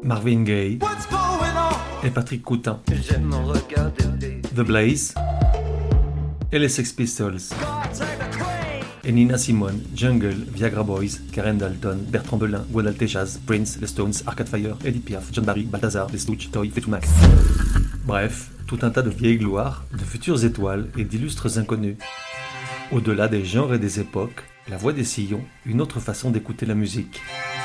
Marvin Gaye et Patrick Coutin, The Blaze et les Sex Pistols, et Nina Simone, Jungle, Viagra Boys, Karen Dalton, Bertrand Belin, Gwenaël Tejaz, Prince, les Stones, Arcade Fire, Edith Piaf, John Barry, Balthazar, les Stooges, Toy, Fleetwood Mac. Bref, tout un tas de vieilles gloires, de futures étoiles et d'illustres inconnus. Au-delà des genres et des époques, la voix des sillons, une autre façon d'écouter la musique.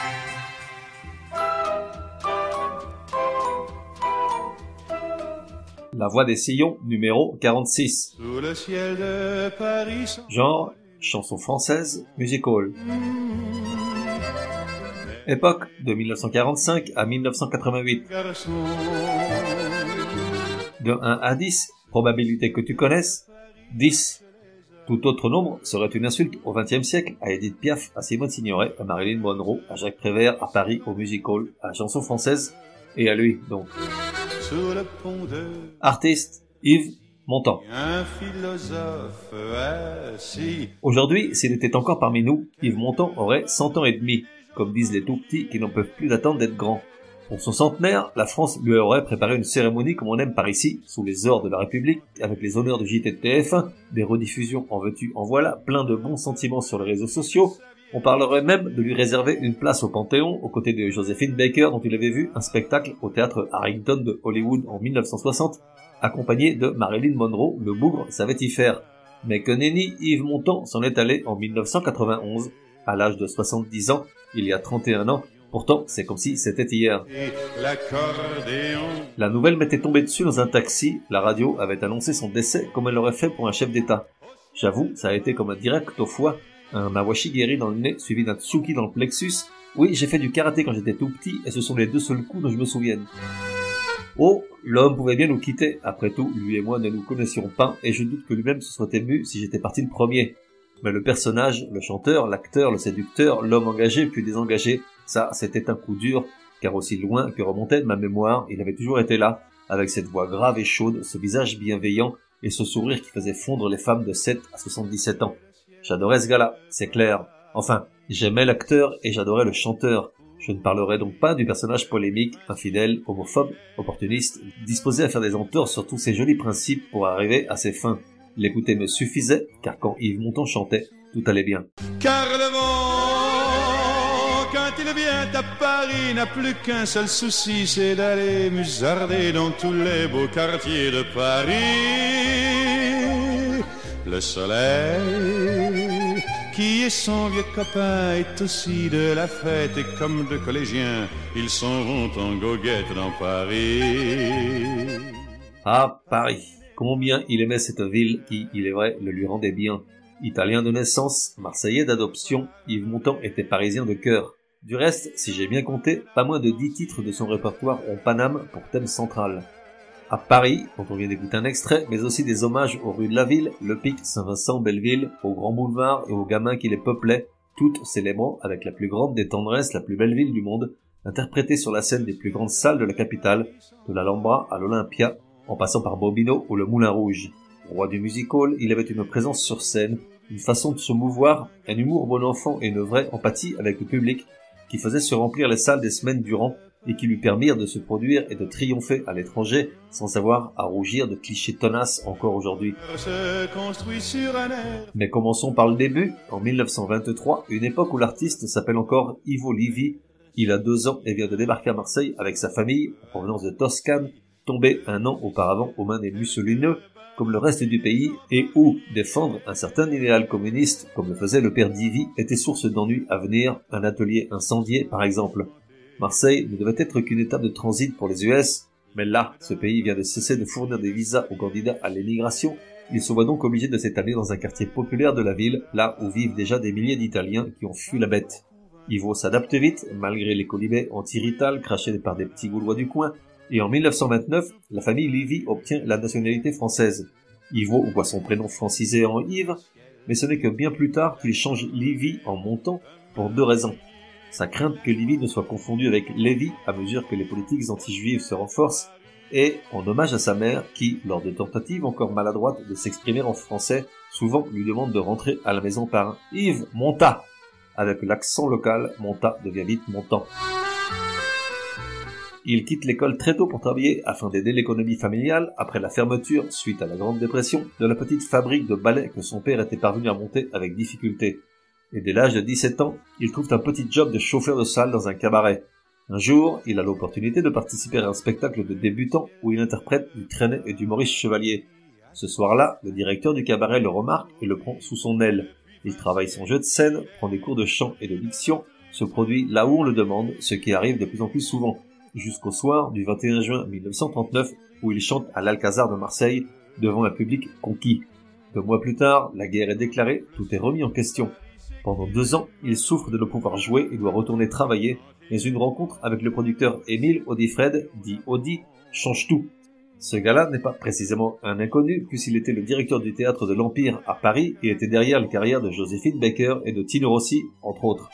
La voix des sillons, numéro 46. Sous le ciel de Paris. Genre, chanson française, music hall. Époque, de 1945 à 1988. Garçon. De 1 à 10, probabilité que tu connaisses, 10. Tout autre nombre serait une insulte au XXe siècle, à Edith Piaf, à Simone Signoret, à Marilyn Monroe, à Jacques Prévert, à Paris, au music hall, à chanson française, et à lui, donc. Sous le pont de Artiste, Yves Montand. un philosophe assis. Aujourd'hui, s'il était encore parmi nous, Yves Montand aurait 100 ans et demi, comme disent les tout-petits qui n'en peuvent plus d'attendre d'être grands. Pour son centenaire, la France lui aurait préparé une cérémonie comme on aime par ici, sous les ors de la République, avec les honneurs de JT de TF1, des rediffusions en veux-tu en voilà, plein de bons sentiments sur les réseaux sociaux. On parlerait même de lui réserver une place au Panthéon, aux côtés de Joséphine Baker, dont il avait vu un spectacle au théâtre Harrington de Hollywood en 1960, accompagné de Marilyn Monroe, le bougre savait y faire. Mais que nenni, Yves Montand s'en est allé en 1991, à l'âge de 70 ans, il y a 31 ans. Pourtant, c'est comme si c'était hier. Et l'accordéon. La nouvelle m'était tombée dessus dans un taxi. La radio avait annoncé son décès comme elle l'aurait fait pour un chef d'État. J'avoue, ça a été comme un direct au foie, un mawashi guéri dans le nez, suivi d'un tsuki dans le plexus. Oui, j'ai fait du karaté quand j'étais tout petit, et ce sont les deux seuls coups dont je me souvienne. Oh, l'homme pouvait bien nous quitter. Après tout, lui et moi ne nous connaissions pas, et je doute que lui-même se soit ému si j'étais parti le premier. Mais le personnage, le chanteur, l'acteur, le séducteur, l'homme engagé puis désengagé, ça, c'était un coup dur, car aussi loin que remontait ma mémoire, il avait toujours été là, avec cette voix grave et chaude, ce visage bienveillant, et ce sourire qui faisait fondre les femmes de 7 à 77 ans. J'adorais ce gars-là, c'est clair. Enfin, j'aimais l'acteur et j'adorais le chanteur. Je ne parlerai donc pas du personnage polémique, infidèle, homophobe, opportuniste, disposé à faire des entorses sur tous ces jolis principes pour arriver à ses fins. L'écouter me suffisait, car quand Yves Montand chantait, tout allait bien. Car le vent, quand il vient à Paris, n'a plus qu'un seul souci, c'est d'aller musarder dans tous les beaux quartiers de Paris. Le soleil, qui est son vieux copain, est aussi de la fête, et comme deux collégiens, ils s'en vont en goguette dans Paris. Ah, Paris. Combien il aimait cette ville qui, il est vrai, le lui rendait bien. Italien de naissance, marseillais d'adoption, Yves Montand était parisien de cœur. Du reste, si j'ai bien compté, pas moins de 10 titres de son répertoire ont Paname pour thème central. À Paris, dont on vient d'écouter un extrait, mais aussi des hommages aux rues de la ville, Le Pic, Saint-Vincent, Belleville, aux grands boulevards et aux gamins qui les peuplaient, toutes célébrant avec la plus grande des tendresses la plus belle ville du monde, interprétée sur la scène des plus grandes salles de la capitale, de l'Alhambra à l'Olympia, en passant par Bobino ou le Moulin Rouge. Roi du music-hall, il avait une présence sur scène, une façon de se mouvoir, un humour bon enfant et une vraie empathie avec le public, qui faisait se remplir les salles des semaines durant, et qui lui permirent de se produire et de triompher à l'étranger, sans avoir à rougir de clichés tenaces encore aujourd'hui. Se construit sur un air. Mais commençons par le début, en 1923, une époque où l'artiste s'appelle encore Ivo Livi. Il a 2 ans et vient de débarquer à Marseille avec sa famille, en provenance de Toscane, tombé un an auparavant aux mains des Mussolineux, comme le reste du pays, et où défendre un certain idéal communiste, comme le faisait le père d'Ivy, était source d'ennuis à venir, un atelier incendié par exemple. Marseille ne devait être qu'une étape de transit pour les US, mais là, ce pays vient de cesser de fournir des visas aux candidats à l'émigration, il se voit donc obligé de s'établir dans un quartier populaire de la ville, là où vivent déjà des milliers d'Italiens qui ont fui la bête. Ivo s'adapte vite, malgré les colibets anti-rital crachés par des petits Gaulois du coin, et en 1929, la famille Livy obtient la nationalité française. Ivo voit son prénom francisé en Yves, mais ce n'est que bien plus tard qu'il change Livy en Montand pour 2 raisons. Sa crainte que Livy ne soit confondu avec Lévi à mesure que les politiques anti-juives se renforcent, et en hommage à sa mère qui, lors de tentatives encore maladroites de s'exprimer en français, souvent lui demande de rentrer à la maison par un « Yves, Monta !» Avec l'accent local, Monta devient vite Montand. Il quitte l'école très tôt pour travailler afin d'aider l'économie familiale après la fermeture, suite à la Grande Dépression, de la petite fabrique de balais que son père était parvenu à monter avec difficulté. Et dès l'âge de 17 ans, il trouve un petit job de chauffeur de salle dans un cabaret. Un jour, il a l'opportunité de participer à un spectacle de débutants où il interprète du Trenet et du Maurice Chevalier. Ce soir-là, le directeur du cabaret le remarque et le prend sous son aile. Il travaille son jeu de scène, prend des cours de chant et de diction, se produit là où on le demande, ce qui arrive de plus en plus souvent, jusqu'au soir du 21 juin 1939 où il chante à l'Alcazar de Marseille devant un public conquis. 2 mois plus tard, la guerre est déclarée, tout est remis en question. Pendant 2 ans, il souffre de ne pouvoir jouer et doit retourner travailler, mais une rencontre avec le producteur Émile Audifred, dit Audi, change tout. Ce gars-là n'est pas précisément un inconnu, puisqu'il était le directeur du théâtre de l'Empire à Paris et était derrière les carrières de Joséphine Baker et de Tino Rossi, entre autres.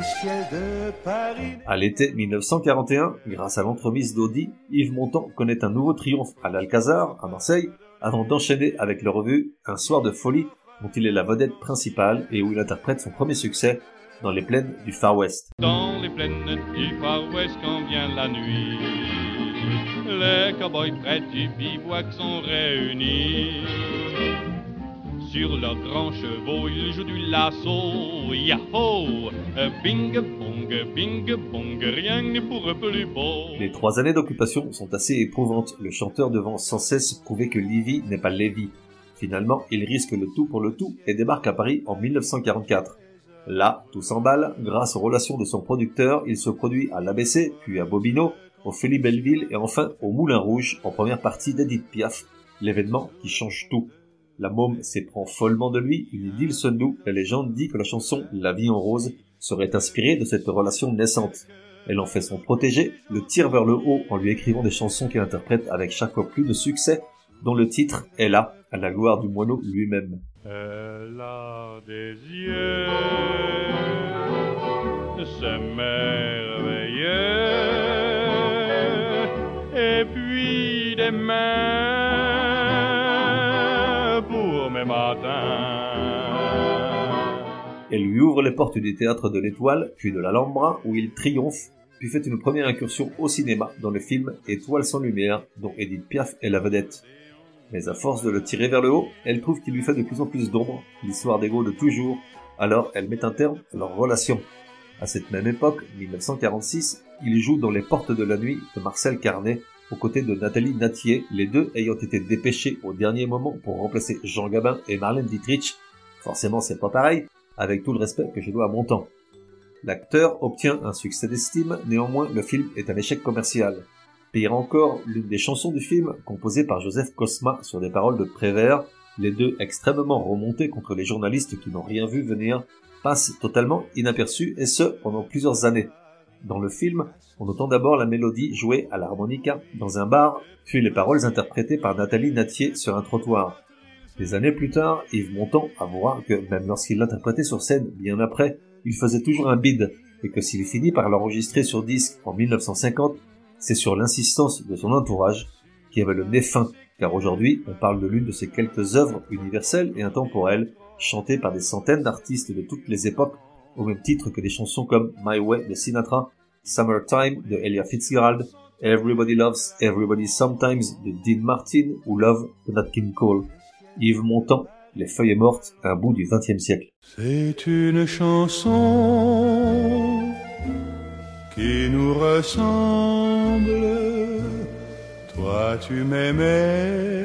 À l'été 1941, grâce à l'entremise d'Audi, Yves Montand connaît un nouveau triomphe à l'Alcazar, à Marseille, avant d'enchaîner avec le revue Un soir de folie, dont il est la vedette principale et où il interprète son premier succès, Dans les plaines du Far West. Dans les plaines du Far West quand vient la nuit, les cow-boys près du bivouac sont réunis. Sur leurs grands chevaux, ils jouent du lasso. Yahoo! Bing bong, rien n'est pour plus beau. Les 3 années d'occupation sont assez éprouvantes. Le chanteur devant sans cesse prouver que Lévy n'est pas Lévy. Finalement, il risque le tout pour le tout et débarque à Paris en 1944. Là, tout s'emballe. Grâce aux relations de son producteur, il se produit à l'ABC, puis à Bobino, au Félix Belleville et enfin au Moulin Rouge, en première partie d'Edith Piaf, l'événement qui change tout. La môme s'éprend follement de lui, une idylle se noue, la légende dit que la chanson « La vie en rose » serait inspirée de cette relation naissante. Elle en fait son protégé, le tire vers le haut en lui écrivant des chansons qu'il interprète avec chaque fois plus de succès, dont le titre est là, à la gloire du moineau lui-même. Elle a des yeux, c'est merveilleux, et puis des mains pour mes matins. Elle lui ouvre les portes du théâtre de l'Étoile, puis de l'Alhambra, où il triomphe, puis fait une première incursion au cinéma dans le film Étoile sans lumière, dont Edith Piaf est la vedette. Mais à force de le tirer vers le haut, elle trouve qu'il lui fait de plus en plus d'ombre, l'histoire d'ego de toujours, alors elle met un terme à leur relation. À cette même époque, 1946, il joue dans Les Portes de la Nuit de Marcel Carnet, aux côtés de Nathalie Nattier, les deux ayant été dépêchés au dernier moment pour remplacer Jean Gabin et Marlène Dietrich. Forcément, c'est pas pareil, avec tout le respect que je dois à Montand. L'acteur obtient un succès d'estime, néanmoins le film est un échec commercial. Pire encore, l'une des chansons du film, composée par Joseph Cosma sur des paroles de Prévert, les deux extrêmement remontés contre les journalistes qui n'ont rien vu venir, passe totalement inaperçue, et ce, pendant plusieurs années. Dans le film, on entend d'abord la mélodie jouée à l'harmonica dans un bar, puis les paroles interprétées par Nathalie Nattier sur un trottoir. Des années plus tard, Yves Montand avouera que même lorsqu'il l'interprétait sur scène bien après, il faisait toujours un bide, et que s'il finit par l'enregistrer sur disque en 1950, c'est sur l'insistance de son entourage, qui avait le nez fin, car aujourd'hui on parle de l'une de ses quelques œuvres universelles et intemporelles, chantées par des centaines d'artistes de toutes les époques, au même titre que des chansons comme My Way de Sinatra, Summertime de Ella Fitzgerald, Everybody Loves Everybody Sometimes de Dean Martin ou Love de Nat King Cole. Yves Montand, Les Feuilles mortes, un bout du XXe siècle. C'est une chanson qui nous ressemble. Toi tu m'aimais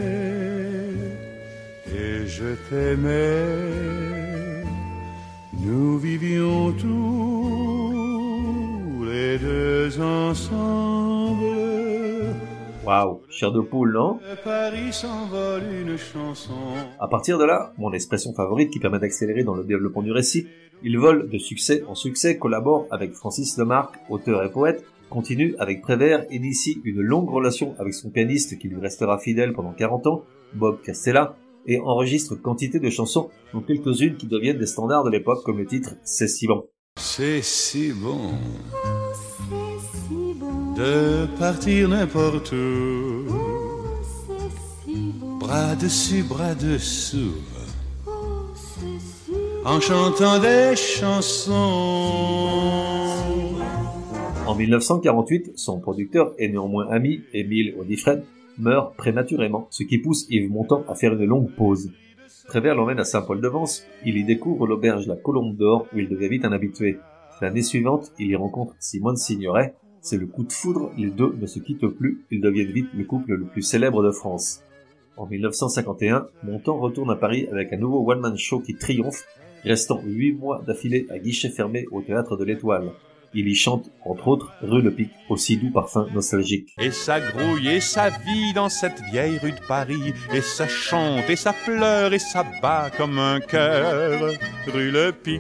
et je t'aimais. Nous vivions tous les deux ensemble. Waouh, chair de poule, non? Paris s'envole une chanson. À partir de là, mon expression favorite qui permet d'accélérer dans le développement du récit, il vole de succès en succès, collabore avec Francis Lemarque, auteur et poète, continue avec Prévert, initie une longue relation avec son pianiste qui lui restera fidèle pendant 40 ans, Bob Castella, et enregistre quantité de chansons, dont quelques-unes qui deviennent des standards de l'époque comme le titre C'est si bon. C'est si bon de partir n'importe où, bras dessus, bras dessous, en chantant des chansons. En 1948, son producteur et néanmoins ami, Émile Audifred, meurt prématurément, ce qui pousse Yves Montand à faire une longue pause. Prévert l'emmène à Saint-Paul-de-Vence, il y découvre l'auberge La Colombe d'Or où il devient vite un habitué. L'année suivante, il y rencontre Simone Signoret, c'est le coup de foudre, les deux ne se quittent plus, ils deviennent vite le couple le plus célèbre de France. En 1951, Montand retourne à Paris avec un nouveau one-man show qui triomphe, restant 8 mois d'affilée à guichet fermé au Théâtre de l'Étoile. Il y chante, entre autres, Rue Le Pic, au si doux parfum nostalgique. Et ça grouille et ça vit dans cette vieille rue de Paris, et ça chante et ça pleure et ça bat comme un cœur. Rue Le Pic,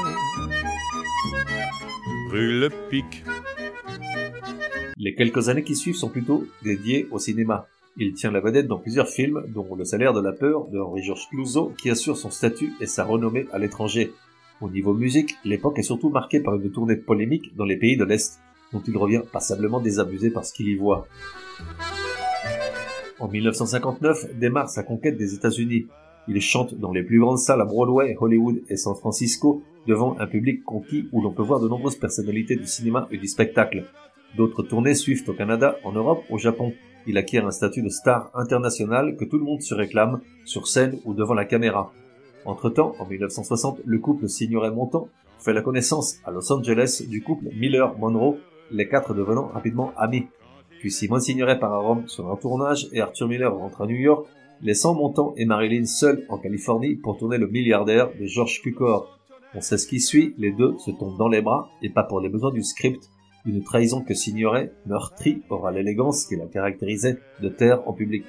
Rue Le Pic. Les quelques années qui suivent sont plutôt dédiées au cinéma. Il tient la vedette dans plusieurs films, dont Le Salaire de la peur de Henri-Georges Clouzot, qui assure son statut et sa renommée à l'étranger. Au niveau musique, l'époque est surtout marquée par une tournée polémique dans les pays de l'Est, dont il revient passablement désabusé par ce qu'il y voit. En 1959, démarre sa conquête des États-Unis. Il chante dans les plus grandes salles à Broadway, Hollywood et San Francisco, devant un public conquis où l'on peut voir de nombreuses personnalités du cinéma et du spectacle. D'autres tournées suivent au Canada, en Europe, au Japon. Il acquiert un statut de star international que tout le monde se réclame, sur scène ou devant la caméra. Entre-temps, en 1960, le couple Signoret-Montand fait la connaissance à Los Angeles du couple Miller-Monroe, les quatre devenant rapidement amis. Puis Simone Signoret part à Rome sur un tournage et Arthur Miller rentre à New York, laissant Montand et Marilyn seuls en Californie pour tourner Le Milliardaire de George Cukor. On sait ce qui suit, les deux se tombent dans les bras, et pas pour les besoins du script, une trahison que Signoret, meurtri, aura l'élégance qui la caractérisait de taire en public.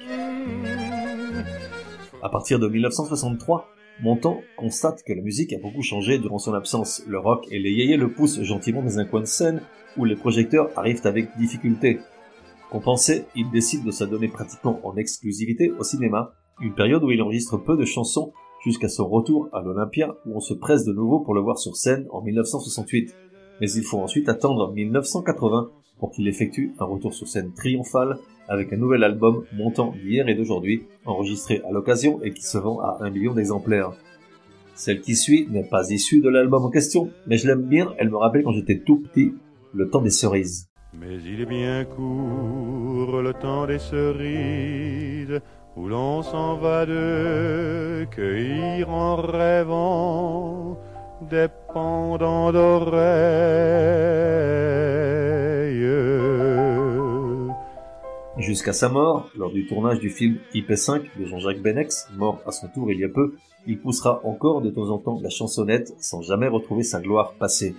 À partir de 1963, Montand constate que la musique a beaucoup changé durant son absence. Le rock et les yéyés le poussent gentiment dans un coin de scène où les projecteurs arrivent avec difficulté. Compensé, il décide de s'adonner pratiquement en exclusivité au cinéma, une période où il enregistre peu de chansons jusqu'à son retour à l'Olympia où on se presse de nouveau pour le voir sur scène en 1968. Mais il faut ensuite attendre 1980 pour qu'il effectue un retour sur scène triomphal avec un nouvel album Montand d'hier et d'aujourd'hui, enregistré à l'occasion et qui se vend à 1 million d'exemplaires. Celle qui suit n'est pas issue de l'album en question, mais je l'aime bien, elle me rappelle quand j'étais tout petit, le temps des cerises. Mais il est bien court le temps des cerises, où l'on s'en va de cueillir en rêvant des pendants d'oreilles. Jusqu'à sa mort, lors du tournage du film IP5 de Jean-Jacques Benex, mort à son tour il y a peu, il poussera encore de temps en temps la chansonnette sans jamais retrouver sa gloire passée.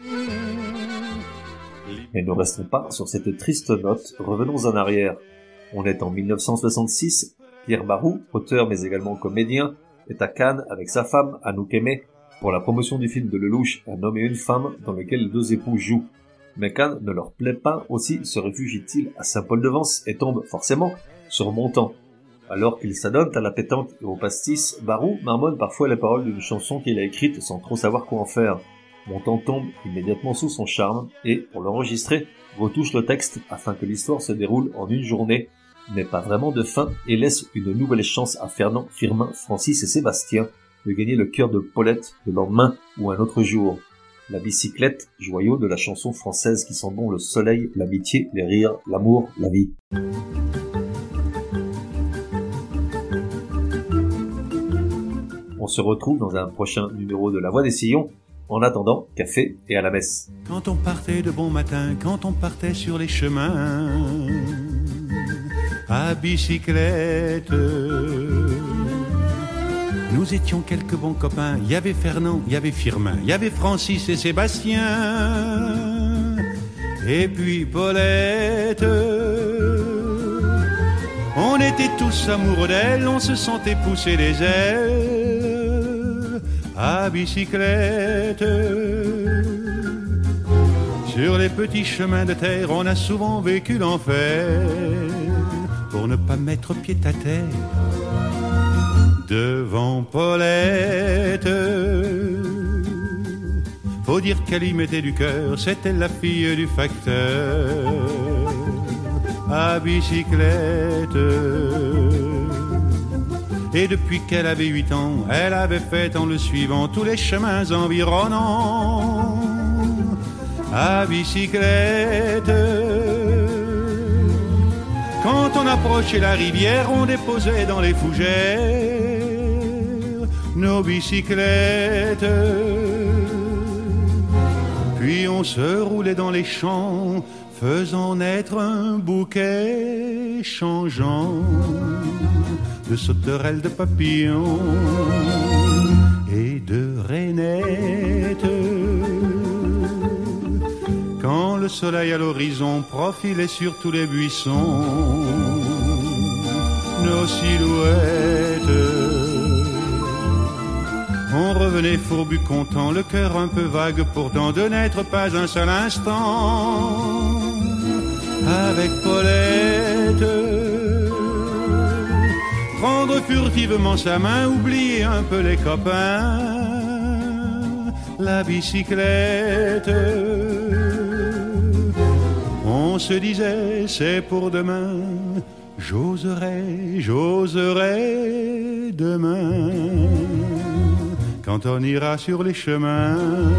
Mais ne restons pas sur cette triste note, revenons en arrière. On est en 1966, Pierre Barou, auteur mais également comédien, est à Cannes avec sa femme, Anouk Aimée, pour la promotion du film de Lelouch, Un homme et une femme, dans lequel 2 époux jouent. Mais Cannes ne leur plaît pas, aussi se réfugie-t-il à Saint-Paul-de-Vence et tombe forcément sur Montand. Alors qu'il s'adonne à la pétanque et au pastis, Barou marmonne parfois les paroles d'une chanson qu'il a écrite sans trop savoir quoi en faire. Montand tombe immédiatement sous son charme et, pour l'enregistrer, retouche le texte afin que l'histoire se déroule en une journée, mais pas vraiment de fin, et laisse une nouvelle chance à Fernand, Firmin, Francis et Sébastien de gagner le cœur de Paulette le lendemain ou un autre jour. La bicyclette, joyau de la chanson française qui sent bon le soleil, l'amitié, les rires, l'amour, la vie. On se retrouve dans un prochain numéro de La Voix des Sillons. En attendant, café et à la messe. Quand on partait de bon matin, quand on partait sur les chemins, à bicyclette, nous étions quelques bons copains. Il y avait Fernand, il y avait Firmin, il y avait Francis et Sébastien, et puis Paulette. On était tous amoureux d'elle, on se sentait pousser les ailes à bicyclette. Sur les petits chemins de terre, on a souvent vécu l'enfer pour ne pas mettre pied à terre devant Paulette. Faut dire qu'elle y mettait du cœur, c'était la fille du facteur à bicyclette. Et depuis qu'elle avait 8 ans, elle avait fait en le suivant tous les chemins environnants à bicyclette. Quand on approchait la rivière, on déposait dans les fougères nos bicyclettes. Puis on se roulait dans les champs, faisant naître un bouquet changeant de sauterelles, de papillons et de rainettes. Quand le soleil à l'horizon profilait sur tous les buissons nos silhouettes, on revenait fourbu content, le cœur un peu vague pourtant de n'être pas un seul instant avec Paulette. Prendre furtivement sa main, oublier un peu les copains, la bicyclette. On se disait c'est pour demain, j'oserai demain, quand on ira sur les chemins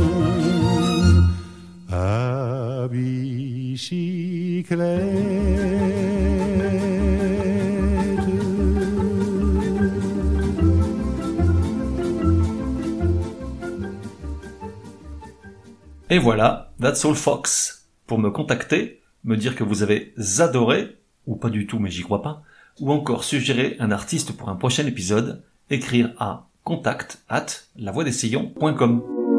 à bicyclette. Et voilà, that's all folks. Pour me contacter, me dire que vous avez adoré, ou pas du tout mais j'y crois pas, ou encore suggérer un artiste pour un prochain épisode, écrire à contact@lavoixdessillons.com.